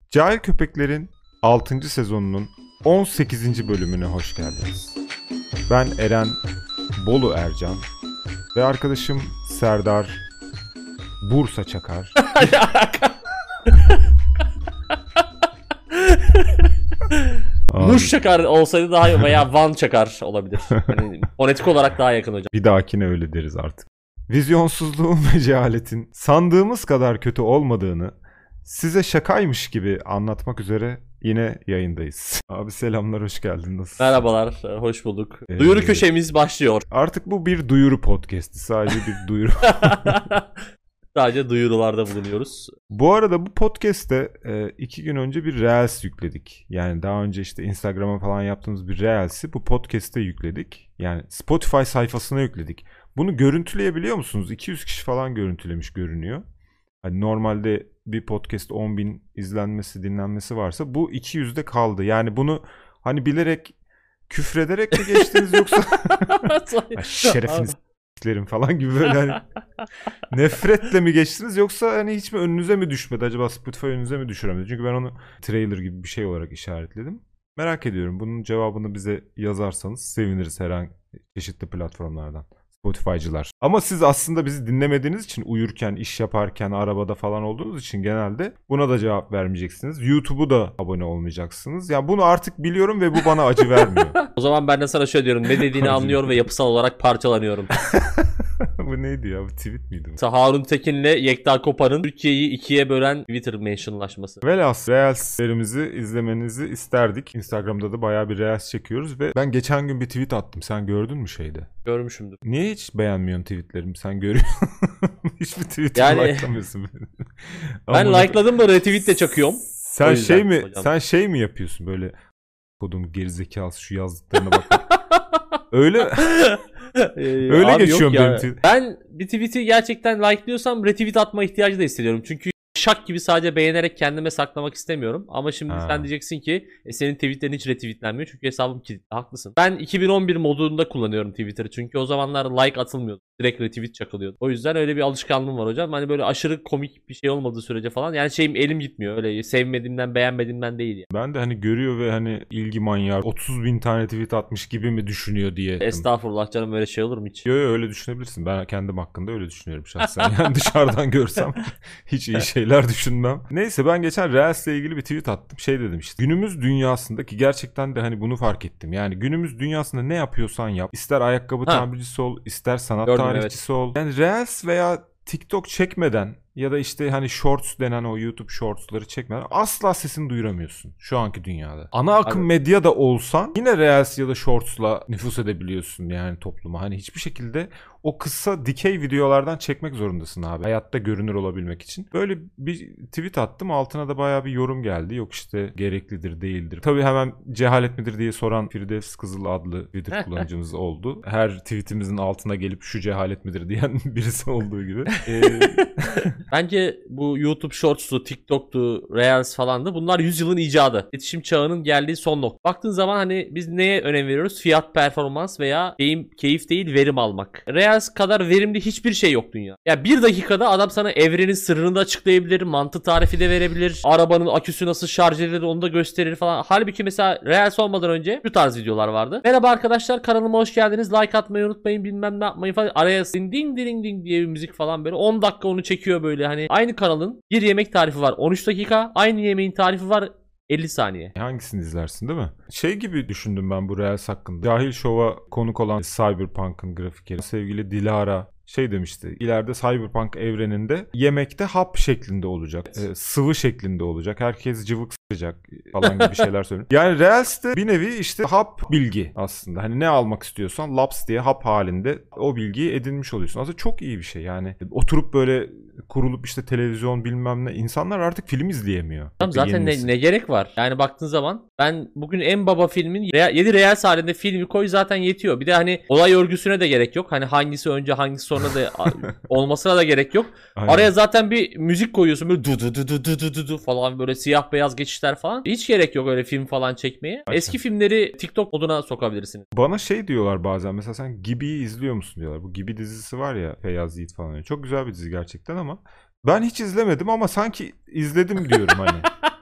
Cahil Köpekler'in 6. sezonunun 18. bölümüne hoş geldiniz. Ben Eren Bolu Ercan ve arkadaşım Serdar Bursa Çakar. Muş Çakar olsaydı daha iyi veya Van Çakar olabilir. Yani fonetik olarak daha yakın hocam. Bir dahakine öyle deriz artık. Vizyonsuzluğun ve cehaletin sandığımız kadar kötü olmadığını size şakaymış gibi anlatmak üzere yine yayındayız. Abi selamlar, hoş geldin. Nasılsın? Merhabalar, hoş bulduk. Duyuru köşemiz başlıyor. Artık bu bir duyuru podcast'i. Sadece bir duyuru. Sadece duyurularda bulunuyoruz. Bu arada bu podcast'te 2 gün önce bir Reels yükledik. Yani daha önce işte Instagram'a falan yaptığımız bir Reels'i bu podcast'te yükledik. Yani Spotify sayfasına yükledik. Bunu görüntüleyebiliyor musunuz? 200 kişi falan görüntülemiş görünüyor. Hani normalde bir podcast 10.000 izlenmesi, dinlenmesi varsa bu 200'de kaldı. Yani bunu hani bilerek küfrederek mi geçtiniz yoksa şerefiniz falan gibi böyle hani nefretle mi geçtiniz yoksa hani hiç mi önünüze mi düşmedi, acaba Spotify önünüze mi düşüremedi? Çünkü ben onu trailer gibi bir şey olarak işaretledim. Merak ediyorum. Bunun cevabını bize yazarsanız seviniriz herhangi çeşitli platformlardan. Spotify'cılar. Ama siz aslında bizi dinlemediğiniz için, uyurken, iş yaparken, arabada falan olduğunuz için genelde buna da cevap vermeyeceksiniz. YouTube'u da abone olmayacaksınız. Yani bunu artık biliyorum ve bu bana acı vermiyor. O zaman ben de sana şöyle diyorum. Ne dediğini anlıyor ve yapısal olarak parçalanıyorum. Bu neydi ya? Bu tweet miydi bu? Harun Tekin'le Yekta Kopar'ın Türkiye'yi ikiye bölen Twitter mentionlaşması. Velhasıl Reels'lerimizi izlemenizi isterdik. Instagram'da da bayağı bir Reels çekiyoruz ve ben geçen gün bir tweet attım. Sen gördün mü şeyde? Görmüşümdür. Niye hiç beğenmiyorsun tweetlerimi? Sen görüyorsun. Hiçbir tweetimi yani, like'lamıyorsun beni. Ben like'ladım da retweet de çakıyorum. Sen şey mi yapıyorsun böyle, kodum gerizekalısı şu yazdıklarına bak. Öyle öyle geçiyorum benim tweet. Ben bir tweet'i gerçekten like'lıyorsam retweet atma ihtiyacı da hissediyorum. Çünkü şak gibi sadece beğenerek kendime saklamak istemiyorum. Ama şimdi sen diyeceksin ki senin tweetlerin hiç retweetlenmiyor çünkü hesabım kilitli. Haklısın. Ben 2011 modunda kullanıyorum Twitter'ı. Çünkü o zamanlar like atılmıyordu. Direkt retweet çakılıyordu. O yüzden öyle bir alışkanlığım var hocam. Hani böyle aşırı komik bir şey olmadığı sürece falan. Yani elim gitmiyor. Öyle sevmediğimden, beğenmediğimden değil yani. Ben de hani görüyor ve hani ilgi manyağı 30.000 tane tweet atmış gibi mi düşünüyor diye. Estağfurullah canım, öyle şey olur mu hiç? Yo öyle düşünebilirsin. Ben kendim hakkında öyle düşünüyorum şahsen. Yani dışarıdan görsem hiç iyi şeyler düşünmem. Neyse, ben geçen Reels'le ilgili bir tweet attım. Şey dedim işte. Günümüz dünyasındaki, gerçekten de hani bunu fark ettim. Yani günümüz dünyasında ne yapıyorsan yap. İster ayakkabı tamircisi ol, ister sanat tarihçisi ol. Yani Reels veya TikTok çekmeden ya da işte hani shorts denen o YouTube shortsları çekmeden asla sesini duyuramıyorsun şu anki dünyada. Ana akım medya da olsan yine Reels ya da shorts'la nüfus edebiliyorsun yani topluma. Hani hiçbir şekilde o kısa dikey videolardan çekmek zorundasın abi. Hayatta görünür olabilmek için. Böyle bir tweet attım. Altına da bayağı bir yorum geldi. Yok işte gereklidir, değildir. Tabii hemen cehalet midir diye soran Firdevs Kızıl adlı Twitter kullanıcımız oldu. Her tweetimizin altına gelip şu cehalet midir diyen birisi olduğu gibi. Bence bu YouTube Shorts'tu, TikTok'tu, Reels falandı. Bunlar 100 yılın icadı. İletişim çağının geldiği son nokta. Baktığın zaman hani biz neye önem veriyoruz? Fiyat, performans veya keyif değil, verim almak. Reels kadar verimli hiçbir şey yok dünya. Ya bir dakikada adam sana evrenin sırrını da açıklayabilir, mantı tarifi de verebilir, arabanın aküsü nasıl şarj edilir onu da gösterir falan. Halbuki mesela Reels olmadan önce şu tarz videolar vardı. Merhaba arkadaşlar, kanalıma hoş geldiniz. Like atmayı unutmayın, bilmem ne yapmayın falan. Araya ding ding ding diye bir müzik falan böyle. 10 dakika onu çekiyor böyle. Hani aynı kanalın bir yemek tarifi var 13 dakika. Aynı yemeğin tarifi var 50 saniye. Hangisini izlersin değil mi? Şey gibi düşündüm ben bu Reels hakkında. Cahil Show'a konuk olan Cyberpunk'ın grafikeri sevgili Dilara şey demişti. İleride Cyberpunk evreninde yemekte hap şeklinde olacak. Sıvı şeklinde olacak. Herkes cıvık sıcak falan gibi şeyler söylüyor. Yani Reels de bir nevi işte hap bilgi aslında. Hani ne almak istiyorsan laps diye hap halinde o bilgiyi edinmiş oluyorsun. Aslında çok iyi bir şey yani. Oturup böyle kurulup işte televizyon bilmem ne. İnsanlar artık film izleyemiyor. Tamam, zaten ne gerek var? Yani baktığın zaman ben bugün en baba filmin 7 Reels halinde filmi koy zaten yetiyor. Bir de hani olay örgüsüne de gerek yok. Hani hangisi önce hangisi sonra da olmasına da gerek yok. Aynen. Araya zaten bir müzik koyuyorsun böyle du du du du du du du falan, böyle siyah beyaz geçişler falan. Hiç gerek yok öyle film falan çekmeye. Aynen. Eski filmleri TikTok moduna sokabilirsiniz. Bana şey diyorlar bazen, mesela sen Gibi'yi izliyor musun diyorlar. Bu Gibi dizisi var ya, Feyyaz Yiğit falan. Çok güzel bir dizi gerçekten ama ben hiç izlemedim ama sanki izledim diyorum hani.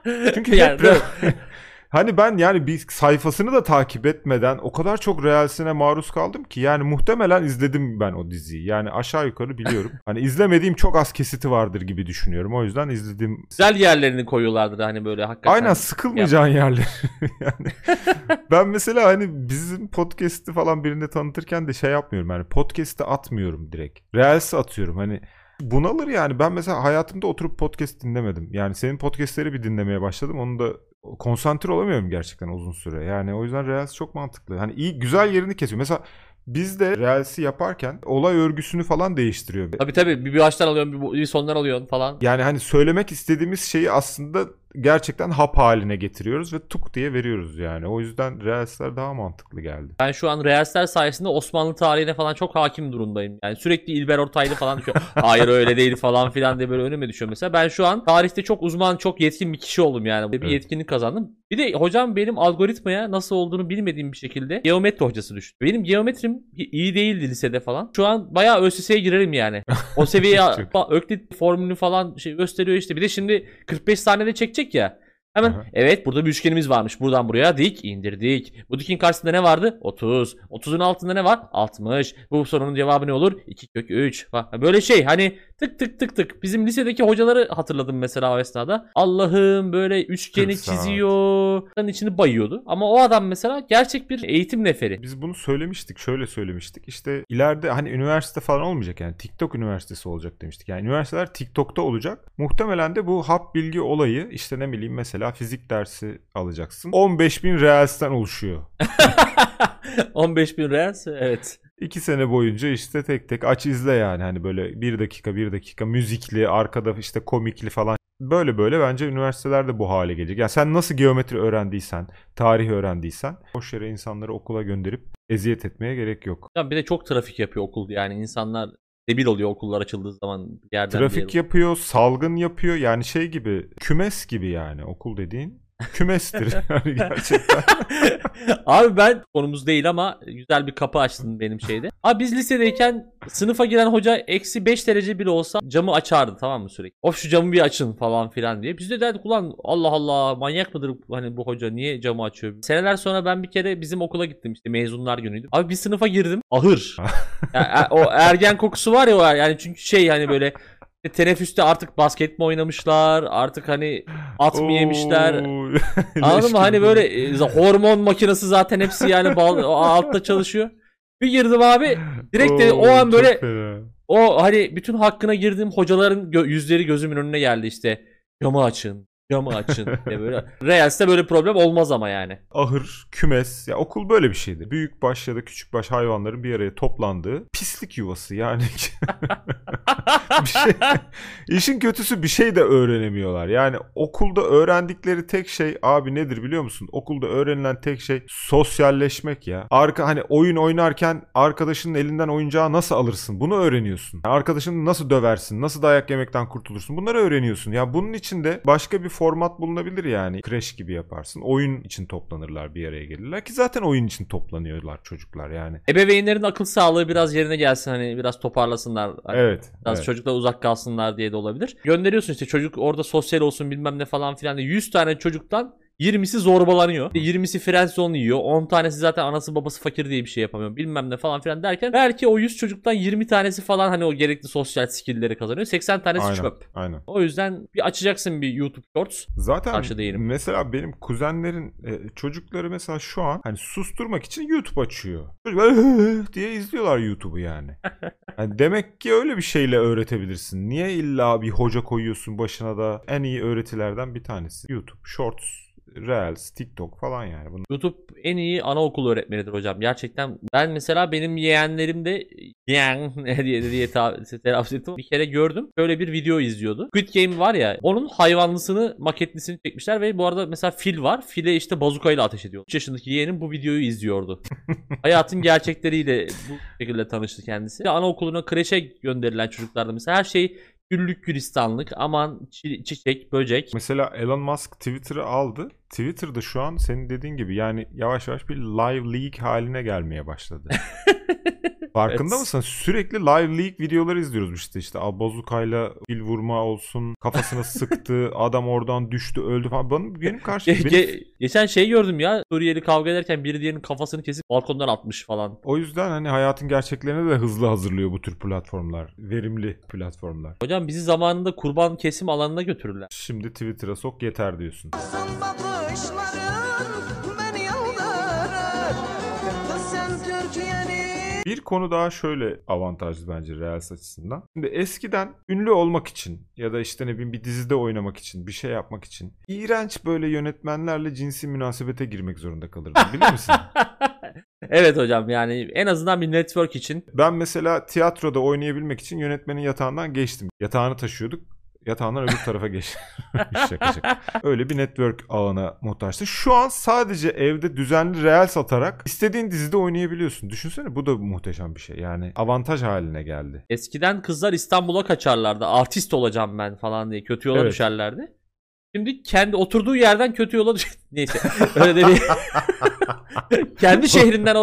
Çünkü Yani, hep hani ben yani bir sayfasını da takip etmeden o kadar çok Reels'ine maruz kaldım ki yani muhtemelen izledim ben o diziyi. Yani aşağı yukarı biliyorum. Hani izlemediğim çok az kesiti vardır gibi düşünüyorum. O yüzden izledim. güzel yerlerini koyuyorlardır hani böyle hakikaten. Aynen, sıkılmayacağın yerler. Yani ben mesela hani bizim podcast'i falan birinde tanıtırken de şey yapmıyorum. Yani podcast'i atmıyorum direkt. Reels'i atıyorum. Hani bunalır yani. Ben mesela hayatımda oturup podcast dinlemedim. Yani senin podcast'leri bir dinlemeye başladım. Onu da konsantre olamıyorum gerçekten uzun süre. Yani o yüzden Reels çok mantıklı. Hani iyi, güzel yerini kesiyor. Mesela biz de Reels'i yaparken olay örgüsünü falan değiştiriyor. Tabii bir baştan alıyorsun, bir sondan alıyorsun falan. Yani hani söylemek istediğimiz şeyi aslında gerçekten hap haline getiriyoruz ve tuk diye veriyoruz yani. O yüzden Reels'ler daha mantıklı geldi. Ben şu an Reels'ler sayesinde Osmanlı tarihine falan çok hakim durumdayım. Yani sürekli İlber Ortaylı falan düşüyor. Hayır öyle değil falan filan diye böyle önüme düşüyor mesela. Ben şu an tarihte çok uzman, çok yetkin bir kişi oldum yani. Bir yetkinlik kazandım. Bir de hocam benim algoritmaya nasıl olduğunu bilmediğim bir şekilde geometri hocası düştü. Benim geometrim iyi değildi lisede falan. Şu an bayağı ÖSS'ye girerim yani. O seviyeye Öklit formülünü falan gösteriyor işte. Bir de şimdi 45 saniyede çekecek ya. Hemen evet burada bir üçgenimiz varmış. Buradan buraya dik indirdik. Bu dikin karşısında ne vardı? 30. 30'un altında ne var? 60. Bu sorunun cevabı ne olur? 2 kök 3. Böyle şey hani tık tık tık tık. Bizim lisedeki hocaları hatırladım mesela o esnada. Allah'ım böyle üçgeni çiziyor. İçini bayıyordu. Ama o adam mesela gerçek bir eğitim neferi. Biz bunu söylemiştik. Şöyle söylemiştik. İşte ileride hani üniversite falan olmayacak yani. TikTok üniversitesi olacak demiştik. Yani üniversiteler TikTok'ta olacak. Muhtemelen de bu hap bilgi olayı işte ne bileyim mesela fizik dersi alacaksın. 15.000 Reels'ten oluşuyor. 15.000 Reels evet. 2 sene boyunca işte tek tek aç izle yani. Hani böyle 1 dakika müzikli, arkada işte komikli falan. Böyle bence üniversitelerde bu hale gelecek. Yani sen nasıl geometri öğrendiysen, tarih öğrendiysen boş yere insanları okula gönderip eziyet etmeye gerek yok. Ya bir de çok trafik yapıyor okul yani insanlar debil oluyor okullar açıldığı zaman yerden trafik yapıyor, salgın yapıyor. Yani şey gibi, kümes gibi yani okul dediğin. Kümestir yani gerçekten. Abi ben konumuz değil ama güzel bir kapı açtın benim şeyde. Abi biz lisedeyken sınıfa giren hoca eksi 5 derece bile olsa camı açardı tamam mı sürekli. Of şu camı bir açın falan filan diye. Biz de derdik ulan Allah Allah manyak mıdır hani bu hoca niye camı açıyor? Seneler sonra ben bir kere bizim okula gittim işte mezunlar günüydü. Abi bir sınıfa girdim ahır. Yani, o ergen kokusu var ya yani çünkü şey hani böyle teneffüste artık basket mi oynamışlar artık hani at mı yemişler anladın mı hani böyle hormon makinesi zaten hepsi yani altta çalışıyor. Bir girdim abi direkt de o an böyle o hani bütün hakkına girdiğim hocaların yüzleri gözümün önüne geldi işte camı açın diye böyle. Reels'te böyle problem olmaz ama yani. Ahır, kümes. Ya okul böyle bir şeydi. Büyükbaş ya da küçükbaş hayvanların bir araya toplandığı pislik yuvası yani. bir şey. İşin kötüsü bir şey de öğrenemiyorlar. Yani okulda öğrendikleri tek şey abi nedir biliyor musun? Okulda öğrenilen tek şey sosyalleşmek ya. Hani oyun oynarken arkadaşının elinden oyuncağı nasıl alırsın? Bunu öğreniyorsun. Arkadaşını nasıl döversin? Nasıl dayak yemekten kurtulursun? Bunları öğreniyorsun. Ya bunun için de başka bir format bulunabilir yani. Crash gibi yaparsın. Oyun için toplanırlar, bir araya gelirler ki zaten oyun için toplanıyorlar çocuklar yani. Ebeveynlerin akıl sağlığı biraz yerine gelsin hani biraz toparlasınlar. Hani evet. Biraz çocuklar uzak kalsınlar diye de olabilir. Gönderiyorsun işte çocuk orada sosyal olsun bilmem ne falan filan diye 100 tane çocuktan 20'si zorbalanıyor. 20'si friendzone yiyor. 10 tanesi zaten anası babası fakir diye bir şey yapamıyor. Bilmem ne falan filan derken belki o 100 çocuktan 20 tanesi falan hani o gerekli sosyal skill'leri kazanıyor. 80 tanesi çöp. Aynen. O yüzden bir açacaksın bir YouTube Shorts. Zaten mesela benim kuzenlerin çocukları mesela şu an hani susturmak için YouTube açıyor. Çocuklar diye izliyorlar YouTube'u yani. Yani demek ki öyle bir şeyle öğretebilirsin. Niye illa bir hoca koyuyorsun başına da en iyi öğretilerden bir tanesi. YouTube Shorts, Reels, TikTok falan yani. YouTube en iyi anaokul öğretmenidir hocam. Gerçekten ben mesela benim yeğenlerim de yeğen diye telaffuz ettim. Bir kere gördüm. Böyle bir video izliyordu. Squid Game var ya onun hayvanlısını maketlisini çekmişler ve bu arada mesela fil var. File işte bazukayla ateş ediyor. 3 yaşındaki yeğenim bu videoyu izliyordu. Hayatın gerçekleriyle bu şekilde tanıştı kendisi. Anaokuluna kreşe gönderilen çocuklarda mesela her şey güllük gülistanlık aman çiçek böcek. Mesela Elon Musk Twitter'ı aldı. Twitter'da şu an senin dediğin gibi yani yavaş yavaş bir live leak haline gelmeye başladı. Farkında Evet. mısın? Sürekli live leak videoları izliyoruz işte bazukayla fil vurma olsun, kafasına sıktı, adam oradan düştü, öldü falan. Benim karşımda Geçen şey gördüm ya. Suriyeli kavga ederken biri diğerinin kafasını kesip balkondan atmış falan. o yüzden hani hayatın gerçeklerine de hızlı hazırlıyor bu tür platformlar. Verimli platformlar. Hocam bizi zamanında kurban kesim alanına götürürler. Şimdi Twitter'a sok yeter diyorsun. Sen bakışların beni yıldırır. Sen Türkiye'nin Bir konu daha şöyle avantajlı bence Reels açısından. Şimdi eskiden ünlü olmak için ya da işte ne bileyim bir dizide oynamak için, bir şey yapmak için iğrenç böyle yönetmenlerle cinsi münasebete girmek zorunda kalırdın, bilir misin? Evet hocam, yani en azından bir network için. Ben mesela tiyatroda oynayabilmek için yönetmenin yatağından geçtim. Yatağını taşıyorduk. Yatağından öbür tarafa geç. Şaka şaka. Öyle bir network ağına muhtaçtı. Şu an sadece evde düzenli reels atarak istediğin dizide oynayabiliyorsun. Düşünsene, bu da muhteşem bir şey. Yani avantaj haline geldi. Eskiden kızlar İstanbul'a kaçarlardı. Artist olacağım ben falan diye kötü yola Evet. düşerlerdi. Şimdi kendi oturduğu yerden kötü yola neyse. Öyle de bir kendi şehrinden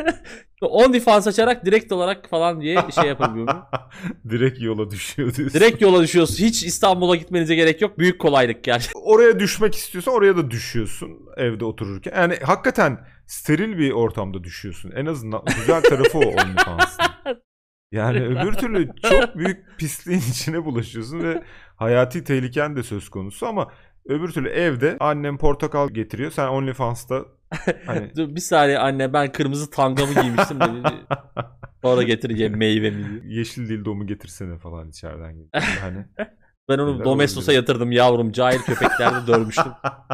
OnlyFans açarak direkt olarak falan diye şey yapabiliyorum. Direkt yola düşüyor diyorsun. Direkt yola düşüyorsun. Hiç İstanbul'a gitmenize gerek yok. Büyük kolaylık gerçekten. Oraya düşmek istiyorsan oraya da düşüyorsun evde otururken. Yani hakikaten steril bir ortamda düşüyorsun. En azından güzel tarafı o OnlyFans'ın. Yani öbür türlü çok büyük pisliğin içine bulaşıyorsun ve hayati tehliken de söz konusu, ama öbür türlü evde annem portakal getiriyor. Sen OnlyFans'ta hani Dur bir saniye anne, ben kırmızı tangamı giymiştim de sonra getireceğim meyvemi. yeşil dildomu getirsene falan içeriden gibi. Hani Ben onu Neler Domestos'a olabilir? yatırdım yavrum. Cahil köpeklerde dövmüştüm.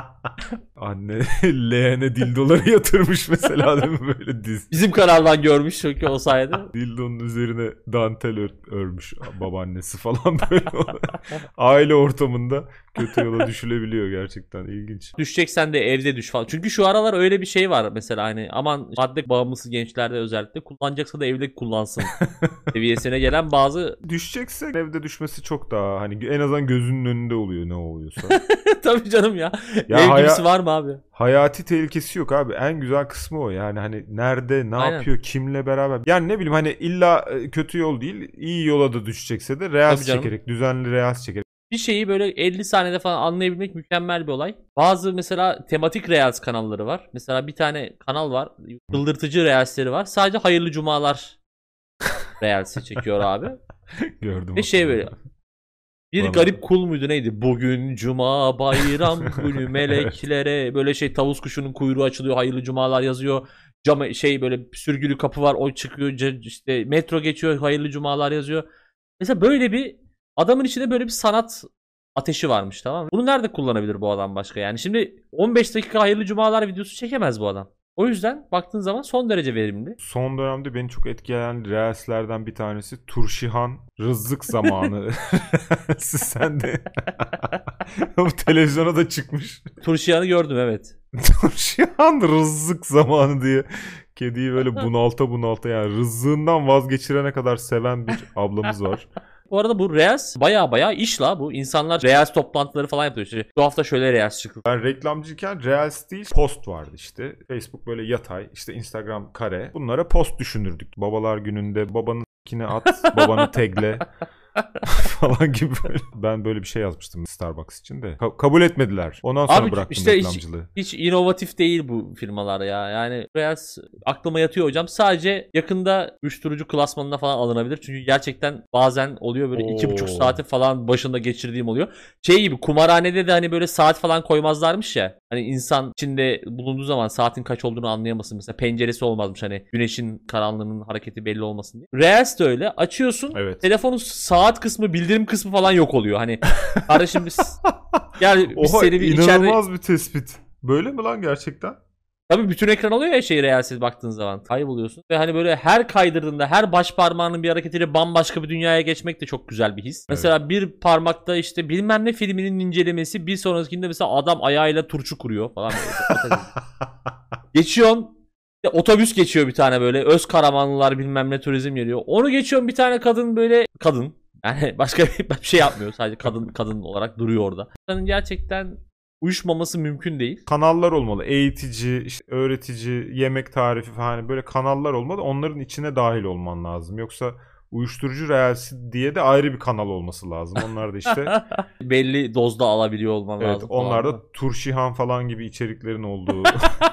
anne leğene dildoları yatırmış mesela, değil mi, böyle diz. Bizim kanaldan görmüş çünkü o sayede. Dildonun üzerine dantel örmüş babaannesi falan böyle. Aile ortamında kötü yola düşülebiliyor, gerçekten ilginç. Düşeceksen de evde düş falan. Çünkü şu aralar öyle bir şey var mesela, hani aman madde bağımlısı gençlerde özellikle kullanacaksa da evde kullansın seviyesine gelen bazı Düşecekse evde düşmesi çok daha hani en azından gözünün önünde oluyor ne oluyorsa. tabii canım ya. Ya Ev gibisi var mı abi? Hayati tehlikesi yok abi. En güzel kısmı o. Yani hani nerede, ne Aynen. yapıyor, kimle beraber. Yani ne bileyim, hani illa kötü yol değil, iyi yola da düşecekse de reels Tabii canım. çekerek, düzenli reels çekerek. Bir şeyi böyle 50 saniyede falan anlayabilmek mükemmel bir olay. Bazı mesela tematik reels kanalları var. Mesela bir tane kanal var. Çıldırtıcı reelsleri var. Sadece hayırlı cumalar reelsi çekiyor abi. Gördüm. Ve şey böyle, bir Vallahi. garip kul muydu neydi? Bugün cuma bayram günü meleklere böyle şey, tavus kuşunun kuyruğu açılıyor, hayırlı cumalar yazıyor. Cama şey böyle sürgülü kapı var, o çıkıyor, işte metro geçiyor, hayırlı cumalar yazıyor. Mesela böyle bir adamın içinde böyle bir sanat ateşi varmış, tamam mı? Bunu nerede kullanabilir bu adam başka? Yani şimdi 15 dakika hayırlı cumalar videosu çekemez bu adam. O yüzden baktığın zaman son derece verimli. Son dönemde beni çok etkileyen reelslerden bir tanesi Turşihan Rızık Zamanı. Sen de bu televizyona da çıkmış. Turşiyan'ı gördüm, evet. Turşihan Rızık Zamanı diye kediyi böyle bunalta yani rızığından vazgeçirene kadar seven bir ablamız var. Bu arada bu Reels baya iş la bu. İnsanlar Reels toplantıları falan yapıyor. İşte bu hafta şöyle Reels çıktı. Ben reklamcıyken Reels değil post vardı işte. Facebook böyle yatay, işte Instagram kare. Bunlara post düşünürdük. Babalar gününde babanın s**kini at, babanı tagle falan gibi böyle. Ben böyle bir şey yazmıştım Starbucks için de. Kabul etmediler. Ondan sonra Abi bıraktım işte reklamcılığı. hiç inovatif değil bu firmalar ya. Yani Reels aklıma yatıyor hocam. Sadece yakında uyuşturucu klasmanına falan alınabilir. Çünkü gerçekten bazen oluyor böyle 2,5 saati falan başında geçirdiğim oluyor. Şey gibi, kumarhanede de hani böyle saat falan koymazlarmış ya. Hani insan içinde bulunduğu zaman saatin kaç olduğunu anlayamasın. Mesela penceresi olmazmış, hani güneşin karanlığının hareketi belli olmasın diye. Reels de öyle. Açıyorsun. Evet. Telefonun saat kısmı, bildirim kısmı falan yok oluyor. Hani kardeşim yani biz Oha, seni bir içeride... inanılmaz bir tespit. Böyle mi lan gerçekten? Tabii bütün ekran oluyor ya şey, Reels'e baktığın zaman. Kayboluyorsun. Ve hani böyle her kaydırdığında, her baş parmağının bir hareketiyle bambaşka bir dünyaya geçmek de çok güzel bir his. Evet. Mesela bir parmakta işte bilmem ne filminin incelemesi, bir sonrakinde mesela adam ayağıyla turşu kuruyor falan. Geçiyorsun. Otobüs geçiyor bir tane böyle. Özkaramanlılar bilmem ne turizm geliyor. Onu geçiyorsun, bir tane kadın böyle. Kadın. Yani başka bir şey yapmıyor. Sadece kadın olarak duruyor orada. Kadın gerçekten uyuşmaması mümkün değil. Kanallar olmalı. Eğitici, işte öğretici, yemek tarifi falan, hani böyle kanallar olmalı. Onların içine dahil olman lazım. Yoksa uyuşturucu reelsi diye de ayrı bir kanal olması lazım. Onlar da işte Belli dozda alabiliyor olman evet, lazım. onlar falan. da Turşihan falan gibi içeriklerin olduğu.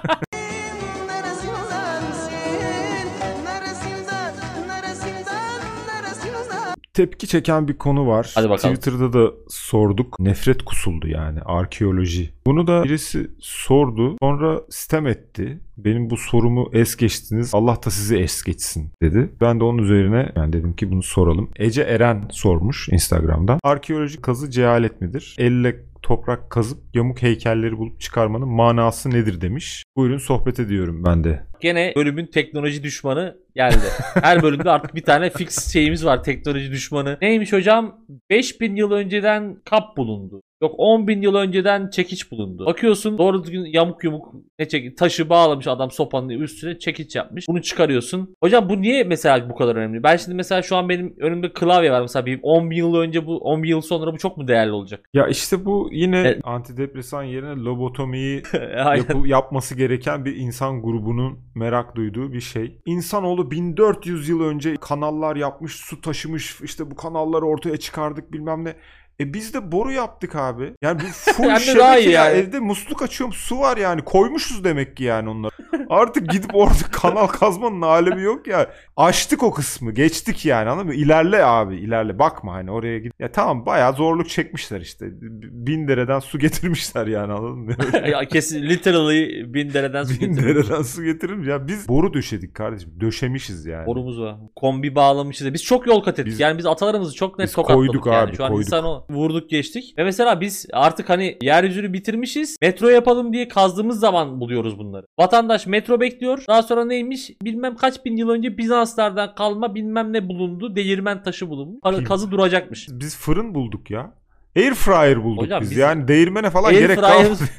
Tepki çeken bir konu var. Hadi bakalım. Twitter'da da sorduk. Nefret kusuldu yani. Arkeoloji. Bunu da birisi sordu. Sonra sitem etti. Benim bu sorumu es geçtiniz. Allah da sizi es geçsin dedi. Ben de onun üzerine dedim ki bunu soralım. Ece Eren sormuş Instagram'dan. Arkeolojik kazı cehalet midir? Elle toprak kazıp yamuk heykelleri bulup çıkarmanın manası nedir demiş. Buyurun sohbet ediyorum ben de. Gene bölümün teknoloji düşmanı geldi. Her bölümde artık bir tane fix şeyimiz var, teknoloji düşmanı. Neymiş hocam? 5000 yıl önceden kap bulundu. Yok 10.000 yıl önceden çekiç bulundu. Bakıyorsun doğru düzgün yamuk yumuk taşı bağlamış adam sopanın üstüne çekiç yapmış. Bunu çıkarıyorsun. Hocam bu niye mesela bu kadar önemli? Ben şimdi mesela şu an benim önümde klavye var. Mesela bir 10.000 yıl önce 10.000 yıl sonra bu çok mu değerli olacak? Ya işte bu yine antidepresan yerine lobotomiyi yapması gereken bir insan grubunun merak duyduğu bir şey. İnsanoğlu 1400 yıl önce kanallar yapmış, su taşımış, işte bu kanalları ortaya çıkardık bilmem ne. Biz de boru yaptık abi. Yani bu full şebeke ya. Evde musluk açıyorum, su var yani. Koymuşuz demek ki yani onları. Artık gidip orada kanal kazmanın alemi yok ya. Açtık o kısmı. Geçtik yani, anladın mı? İlerle abi, ilerle. Bakma hani oraya git. Ya tamam, bayağı zorluk çekmişler işte. 1000 dereden su getirmişler yani, anladın mı? Ya kesin literally 1000 dereden su getirmiş. 1000 dereden su getirmiş. Ya biz boru döşedik kardeşim. Döşemişiz yani. Borumuz var. Kombi bağlamışız. Biz çok yol kat ettik. Yani biz atalarımızı çok net tokatladık koyduk yani. abi, Şu an koyduk. insanı vurduk geçtik. Ve mesela biz artık hani yeryüzünü bitirmişiz. Metro yapalım diye kazdığımız zaman buluyoruz bunları. Vatandaş metro bekliyor. Daha sonra neymiş? Bilmem kaç bin yıl önce Bizanslardan kalma bilmem ne bulundu. Değirmen taşı bulunmuş. Kazı duracakmış. Biz fırın bulduk ya. Air fryer bulduk hocam biz. Yani değirmene falan gerek kalmadı. kalmadı.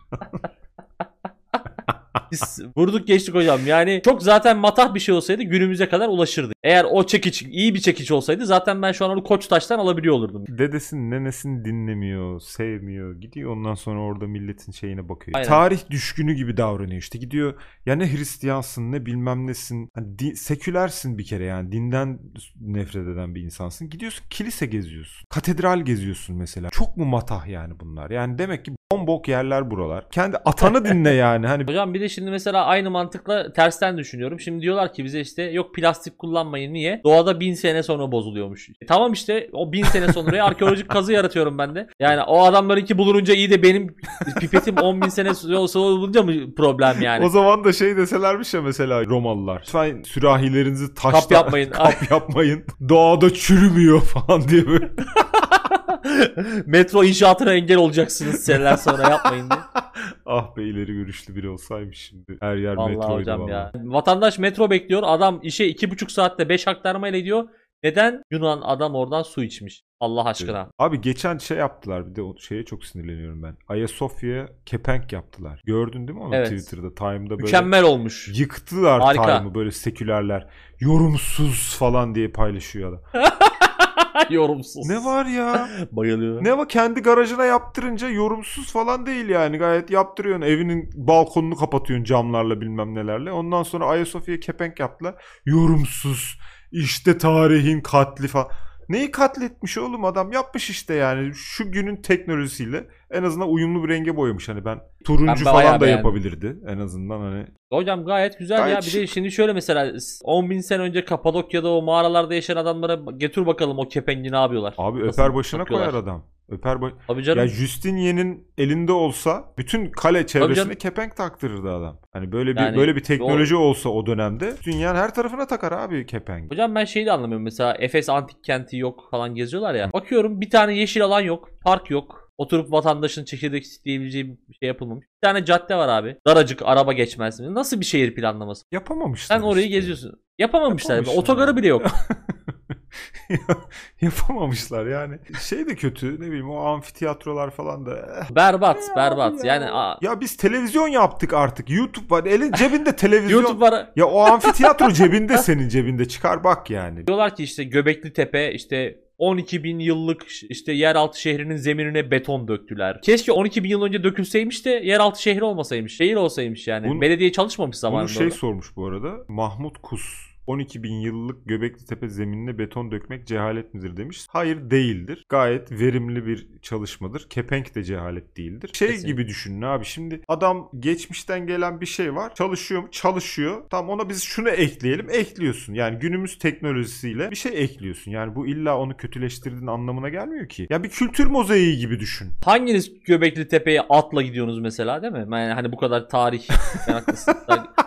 Biz vurduk geçtik hocam. Yani çok zaten matah bir şey olsaydı günümüze kadar ulaşırdı. Eğer o çekiç iyi bir çekiç olsaydı zaten ben şu an onu Koçtaş'tan alabiliyor olurdum. Dedesini nenesini dinlemiyor, sevmiyor. Gidiyor ondan sonra orada milletin şeyine bakıyor. Aynen. Tarih düşkünü gibi davranıyor işte. Gidiyor ya, ne Hristiyansın ne bilmem nesin. Hani sekülersin bir kere yani. Dinden nefret eden bir insansın. Gidiyorsun kilise geziyorsun. Katedral geziyorsun mesela. Çok mu matah yani bunlar? Yani demek ki bombok yerler buralar. Kendi atanı dinle yani. Hani hocam bir de şimdi mesela aynı mantıkla tersten düşünüyorum. Şimdi diyorlar ki bize işte yok plastik kullanmayın, niye? Doğada 1000 sene sonra bozuluyormuş. Tamam işte o 1000 sene sonraya arkeolojik kazı yaratıyorum ben de. Yani o adamlarınki bulununca iyi de benim pipetim 10.000 sene sonra olunca mı problem yani? O zaman da şey deselermiş ya mesela Romalılar. Lütfen sürahilerinizi taşla Kap yapmayın. kap yapmayın. Doğada çürümüyor falan diye böyle. Metro inşaatına engel olacaksınız seneler sonra, yapmayın diye. Ah be, ileri görüşlü biri olsaymış şimdi. Her yer Vallahi metroydu hocam vallahi. ya. Vatandaş metro bekliyor. Adam işe 2,5 saatte 5 aktarmayla gidiyor. Neden? Yunan adam oradan su içmiş. Allah aşkına. Abi geçen şey yaptılar, bir de o şeye çok sinirleniyorum ben. Ayasofya'ya kepenk yaptılar. Gördün değil mi onu Evet. Twitter'da, Time'da böyle. Mükemmel olmuş. Yıktılar Harika. Time'ı böyle sekülerler. Yorumsuz falan diye paylaşıyor adam. Yorumsuz. Ne var ya? Bayılıyorum. Ne var, kendi garajına yaptırınca yorumsuz falan değil yani. Gayet yaptırıyorsun. Evinin balkonunu kapatıyorsun camlarla bilmem nelerle. Ondan sonra Ayasofya'ya kepenk yaptılar. Yorumsuz. İşte tarihin katli falan. Neyi katletmiş oğlum adam? Yapmış işte yani. Şu günün teknolojisiyle en azından uyumlu bir renge boyamış. Hani ben turuncu Ben falan da beğendim. yapabilirdi. En azından hani. Hocam gayet güzel Gayet ya. Bir de şık. şimdi şöyle mesela 10.000 sene önce Kapadokya'da o mağaralarda yaşayan adamlara getir bakalım o kepengi ne yapıyorlar. Abi Nasıl öper başına yapıyorlar? koyar adam. Tabii canım. Ya Justinian'in elinde olsa bütün kale çevresine canım. kepenk taktırırdı adam. Hani böyle bir Yani böyle bir teknoloji olsa o dönemde dünyanın her tarafına takar abi kepenk. Hocam ben şeyi de anlamıyorum. Mesela Efes antik kenti yok falan geziyorlar ya. Bakıyorum bir tane yeşil alan yok. Park yok. Oturup vatandaşın çekirdek isteyebileceği bir şey yapılmamış. Bir tane cadde var abi. Daracık, araba geçmez. Nasıl bir şehir planlaması? Yapamamışlar. Sen orayı işte. geziyorsun. Yapamamışlar. Yapamamışlar. Otogarı bile yok. Yapamamışlar yani. Şey de kötü, ne bileyim, o amfiteyatrolar falan da. Berbat. Yani Ya biz televizyon yaptık artık. YouTube var. Elin cebinde televizyon. YouTube var. Ya o amfiteyatro cebinde, senin cebinde. Çıkar bak yani. Diyorlar ki işte Göbekli Tepe işte 12 bin yıllık işte yeraltı şehrinin zeminine beton döktüler. Keşke 12 bin yıl önce dökülseymiş de yeraltı şehri olmasaymış. Şehir olsaymış yani. Belediye çalışmamış zamanında. Bunu sormuş bu arada. Mahmut Kus. 12 bin yıllık Göbekli Tepe zeminine beton dökmek cehalet midir demiş. Hayır, değildir. Gayet verimli bir çalışmadır. Kepenk de cehalet değildir. Kesinlikle. Gibi düşünün abi. Şimdi adam geçmişten gelen bir şey var. Çalışıyor mu? Çalışıyor. Tamam, ona biz şunu ekleyelim. Ekliyorsun. Yani günümüz teknolojisiyle bir şey ekliyorsun. Yani bu illa onu kötüleştirdiğin anlamına gelmiyor ki. Ya bir kültür mozaiği gibi düşün. Hanginiz Göbekli Tepe'ye atla gidiyorsunuz mesela, değil mi? Yani hani bu kadar tarih meraklısı.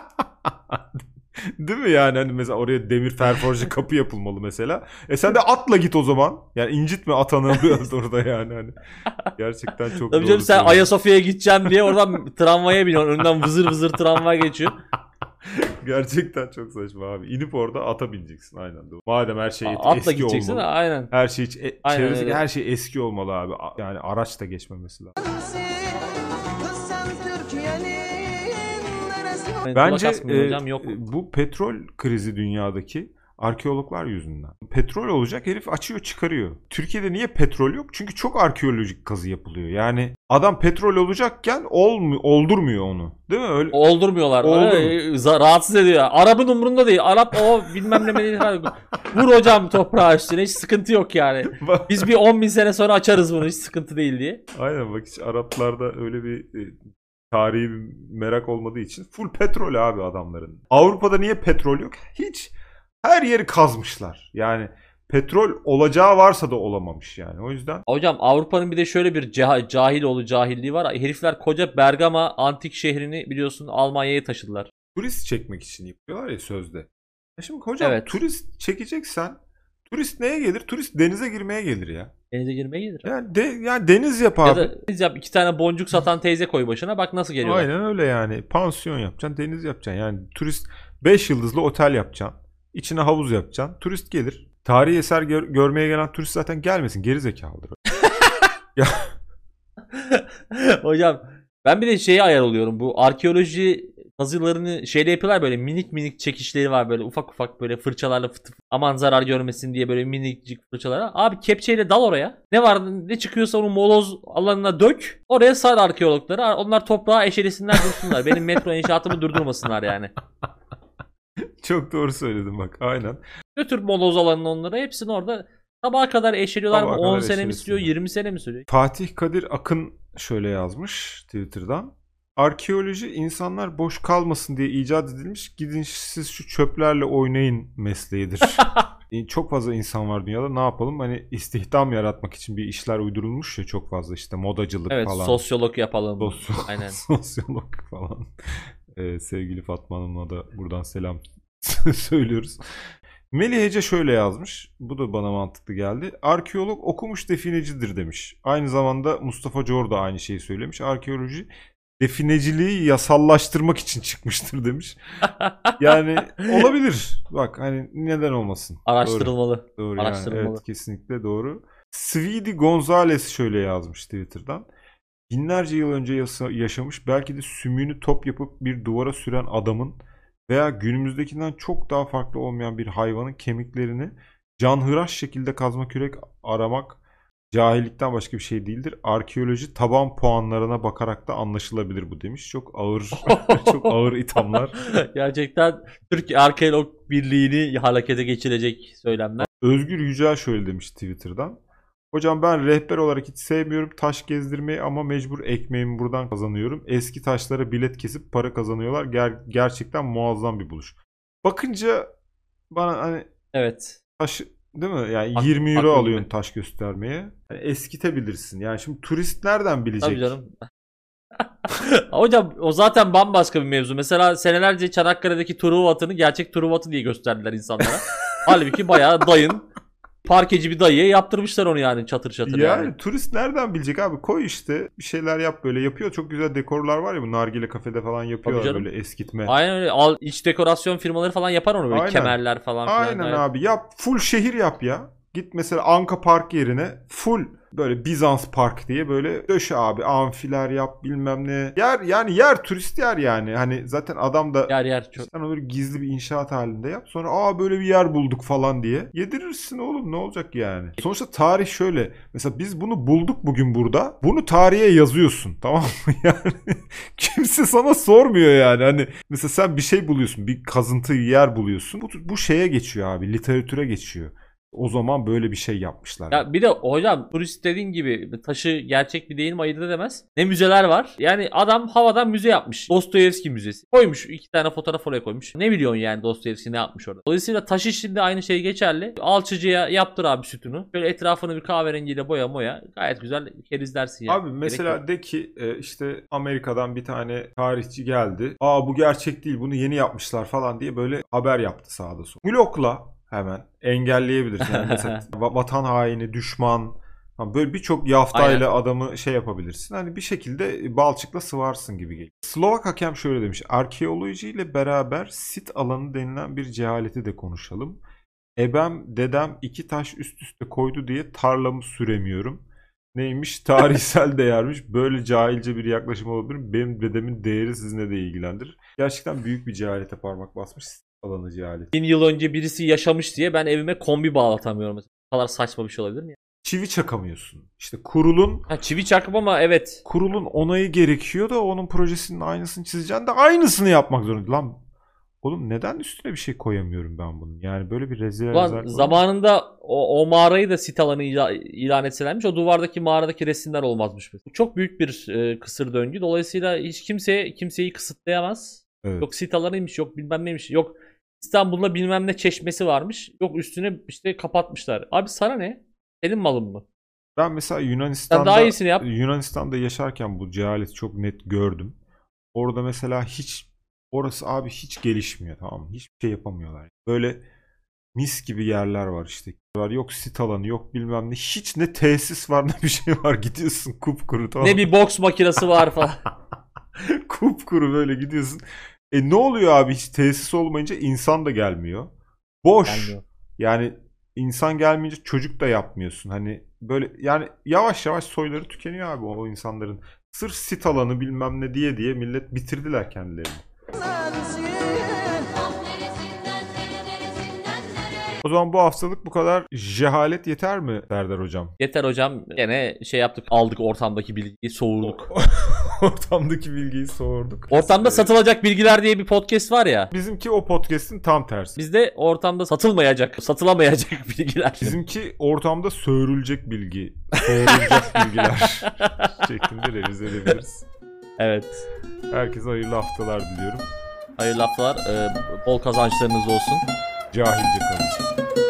Değil mi yani, hani mesela oraya demir ferforje kapı yapılmalı mesela. Sen de atla git o zaman. Yani incitme atanı biraz orada yani hani. Gerçekten çok Tabii doğru. canım, sen Ayasofya'ya gideceğim diye oradan tramvaya biniyorsun. Önünden vızır vızır tramvay geçiyor. Gerçekten çok saçma abi. İnip orada ata bineceksin, aynen doğru. Madem her şey Atla eski gideceksin olmalı. aynen. Her şey Aynen çevresindeki öyle. her şey eski olmalı abi. Yani araç da geçmemesi lazım. Kız sen Türkiye'nin neresi? Bence Hocam yok. bu petrol krizi dünyadaki arkeologlar yüzünden. Petrol olacak, herif açıyor çıkarıyor. Türkiye'de niye petrol yok? Çünkü çok arkeolojik kazı yapılıyor. Yani adam petrol olacakken oldurmuyor onu. Değil mi? Öyle. Oldurmuyorlar. Rahatsız ediyor. Arap'ın umurunda değil. Arap o bilmem ne değil. Vur hocam toprağı üstüne, hiç sıkıntı yok yani. Biz bir 10 bin sene sonra açarız bunu, hiç sıkıntı değil diye. Aynen, bak hiç Araplarda öyle bir tarihi bir merak olmadığı için full petrol abi adamların. Avrupa'da niye petrol yok? Hiç. Her yeri kazmışlar. Yani petrol olacağı varsa da olamamış yani. O yüzden Hocam Avrupa'nın bir de şöyle bir cahiloğlu cahilliği var. Herifler koca Bergama antik şehrini biliyorsun Almanya'ya taşıdılar. turist çekmek için yapıyorlar ya sözde. Şimdi hocam Evet. turist çekeceksen turist neye gelir? Turist denize girmeye gelir ya. Denize girmeye gelir. Yani deniz yap abi. Ya da deniz yap, 2 tane boncuk satan teyze koy başına, bak nasıl geliyorlar. Aynen öyle yani. Pansiyon yapacaksın, deniz yapacaksın. Yani turist 5 yıldızlı otel yapacaksın. İçine havuz yapacaksın. Turist gelir. Tarihi eser görmeye gelen turist zaten gelmesin. Geri zekalıdır. Hocam ben bir de şeye ayar oluyorum. Bu arkeoloji kazılarını şeyle yapıyorlar, böyle minik minik çekişleri var, böyle ufak ufak böyle fırçalarla aman zarar görmesin diye böyle minicik fırçalara. Abi kepçeyle dal oraya. Ne var ne çıkıyorsa onu moloz alanına dök. Oraya sar arkeologları. Onlar toprağa eşelesinler, dursunlar. Benim metro inşaatımı durdurmasınlar yani. Çok doğru söyledin bak. Aynen. Götür moloz alanına onları. Hepsini orada sabaha kadar eşeliyorlar. Sabaha 10 kadar sene mi sürüyor? eşelesinler. 20 sene mi sürüyor? Fatih Kadir Akın şöyle yazmış Twitter'dan. Arkeoloji insanlar boş kalmasın diye icat edilmiş. Gidin siz şu çöplerle oynayın mesleğidir. Çok fazla insan var dünyada. Ne yapalım? Hani istihdam yaratmak için bir işler uydurulmuş ya çok fazla, işte modacılık Evet, falan. sosyolog yapalım. Aynen. Sosyolog falan. Sevgili Fatma Hanım'a da buradan selam söylüyoruz. Melih Ece şöyle yazmış. Bu da bana mantıklı geldi. Arkeolog okumuş definecidir demiş. Aynı zamanda Mustafa Cor da aynı şeyi söylemiş. Arkeoloji defineciliği yasallaştırmak için çıkmıştır demiş. Yani olabilir. Bak hani neden olmasın. Araştırılmalı. Doğru Araştırılmalı. yani. Evet, kesinlikle doğru. Svidi Gonzales şöyle yazmış Twitter'dan. Binlerce yıl önce yaşamış, belki de sümüğünü top yapıp bir duvara süren adamın veya günümüzdekinden çok daha farklı olmayan bir hayvanın kemiklerini canhıraş şekilde kazma kürek aramak cahillikten başka bir şey değildir. Arkeoloji taban puanlarına bakarak da anlaşılabilir bu demiş. Çok ağır çok ağır ithamlar. Gerçekten Türk Arkeolog Birliği'ni harekete geçirecek söylemler. Özgür Yücel şöyle demiş Twitter'dan. Hocam ben rehber olarak hiç sevmiyorum taş gezdirmeyi ama mecbur ekmeğimi buradan kazanıyorum. Eski taşlara bilet kesip para kazanıyorlar. Gerçekten muazzam bir buluş. Bakınca bana hani Evet. taş, değil mi? Yani Hak- 20 euro haklı alıyorsun gibi. taş göstermeye. Yani eskitebilirsin. Yani şimdi turist nereden bilecek? Tabii canım. Hocam o zaten bambaşka bir mevzu. Mesela senelerce Çanakkale'deki Truva atını gerçek Truva atı diye gösterdiler insanlara. Halbuki bayağı dayın, parkeci bir dayıya yaptırmışlar onu yani, çatır çatır yani. Turist nereden bilecek abi? Koy işte bir şeyler yap, böyle yapıyor. Çok güzel dekorlar var ya, bu nargile kafede falan yapıyorlar canım. böyle eskitme. Aynen öyle. İç dekorasyon firmaları falan yapar onu, böyle Aynen. kemerler falan filan. Aynen Evet. abi, yap full şehir yap ya. Git mesela Anka Park yerine full böyle Bizans Park diye böyle döşe abi, amfiler yap bilmem ne. Yer turist yer yani. Hani zaten adam da Yer çok. sen onu böyle gizli bir inşaat halinde yap. Sonra böyle bir yer bulduk falan diye. Yedirirsin oğlum, ne olacak yani. Sonuçta tarih şöyle. Mesela biz bunu bulduk bugün burada. Bunu tarihe yazıyorsun, tamam mı? Yani kimse sana sormuyor yani. Hani mesela sen bir şey buluyorsun. Bir kazıntı yer buluyorsun. Bu şeye geçiyor abi. Literatüre geçiyor. O zaman böyle bir şey yapmışlar. Ya bir de hocam turist dediğin gibi taşı gerçek mi değil mi ayırt edemez. Ne müzeler var. Yani adam havadan müze yapmış. Dostoyevski Müzesi. Koymuş 2 tane fotoğraf oraya koymuş. Ne biliyorsun yani Dostoyevski ne yapmış orada. Dolayısıyla taş işinde aynı şey geçerli. Alçıcıya yaptır abi sütunu. Böyle etrafını bir kahverengiyle boya. Gayet güzel kerizlersin yani. Abi mesela de ki işte Amerika'dan bir tane tarihçi geldi. Bu gerçek değil, bunu yeni yapmışlar falan diye böyle haber yaptı sağda solda. Blokla hemen engelleyebilirsin. Yani mesela vatan haini, düşman, böyle birçok yaftayla adamı şey yapabilirsin. Hani bir şekilde balçıkla sıvarsın gibi geliyor. Slovak hakem şöyle demiş. Arkeoloji ile beraber sit alanı denilen bir cehaleti de konuşalım. Ebem dedem 2 taş üst üste koydu diye tarlamı süremiyorum. Neymiş? Tarihsel değermiş. Böyle cahilce bir yaklaşım olabilir. Benim dedemin değeri sizinle de ilgilendirir. Gerçekten büyük bir cehalete parmak basmış. Alanı cehalet. 1000 yıl önce birisi yaşamış diye ben evime kombi bağlatamıyorum mesela. Bu kadar saçma bir şey olabilir mi ya? Çivi çakamıyorsun. İşte kurulun çivi çakıp ama evet. Kurulun onayı gerekiyor da onun projesinin aynısını çizeceksin de aynısını yapmak zorunda. Lan oğlum neden üstüne bir şey koyamıyorum ben bunun? Yani böyle bir rezil zamanında o mağarayı da sit alanı ilan etselermiş, o duvardaki mağaradaki resimler olmazmış. Bu çok büyük bir kısır döngü. Dolayısıyla hiç kimseyi kısıtlayamaz. Evet. Yok sit alanıymış, yok bilmem neymiş, yok İstanbul'da bilmem ne çeşmesi varmış. Yok üstüne işte kapatmışlar. Abi sana ne? Senin malın mı? Ben mesela Sen daha iyisini yap. Yunanistan'da yaşarken bu cehaleti çok net gördüm. Orada mesela orası abi hiç gelişmiyor, tamam mı? Hiçbir şey yapamıyorlar. Böyle mis gibi yerler var işte. Yok sit alanı, yok bilmem ne. Hiç ne tesis var ne bir şey var. Gidiyorsun kupkuru, tamam mı? Ne bir boks makinesi var falan. Kupkuru böyle gidiyorsun. Ne oluyor abi, hiç tesis olmayınca insan da gelmiyor. Boş. Gelmiyor. Yani insan gelmeyince çocuk da yapmıyorsun. Hani böyle yani yavaş yavaş soyları tükeniyor abi o insanların. Sırf sit alanı bilmem ne diye millet bitirdiler kendilerini. O zaman bu haftalık bu kadar. Cehalet yeter mi Serdar hocam? Yeter hocam. Gene şey yaptık, aldık ortamdaki bilgiyi, soğurduk. Ortamdaki bilgiyi soğurduk. Ortamda satılacak bilgiler diye bir podcast var ya. Bizimki o podcast'in tam tersi. Bizde ortamda satılamayacak bilgiler. Bizimki ortamda söğürülecek bilgi, soğurulacak bilgiler şeklinde revize edebiliriz. Evet. Herkese hayırlı haftalar diliyorum. Hayırlı haftalar. Bol kazançlarınız olsun. Cahilce kalın.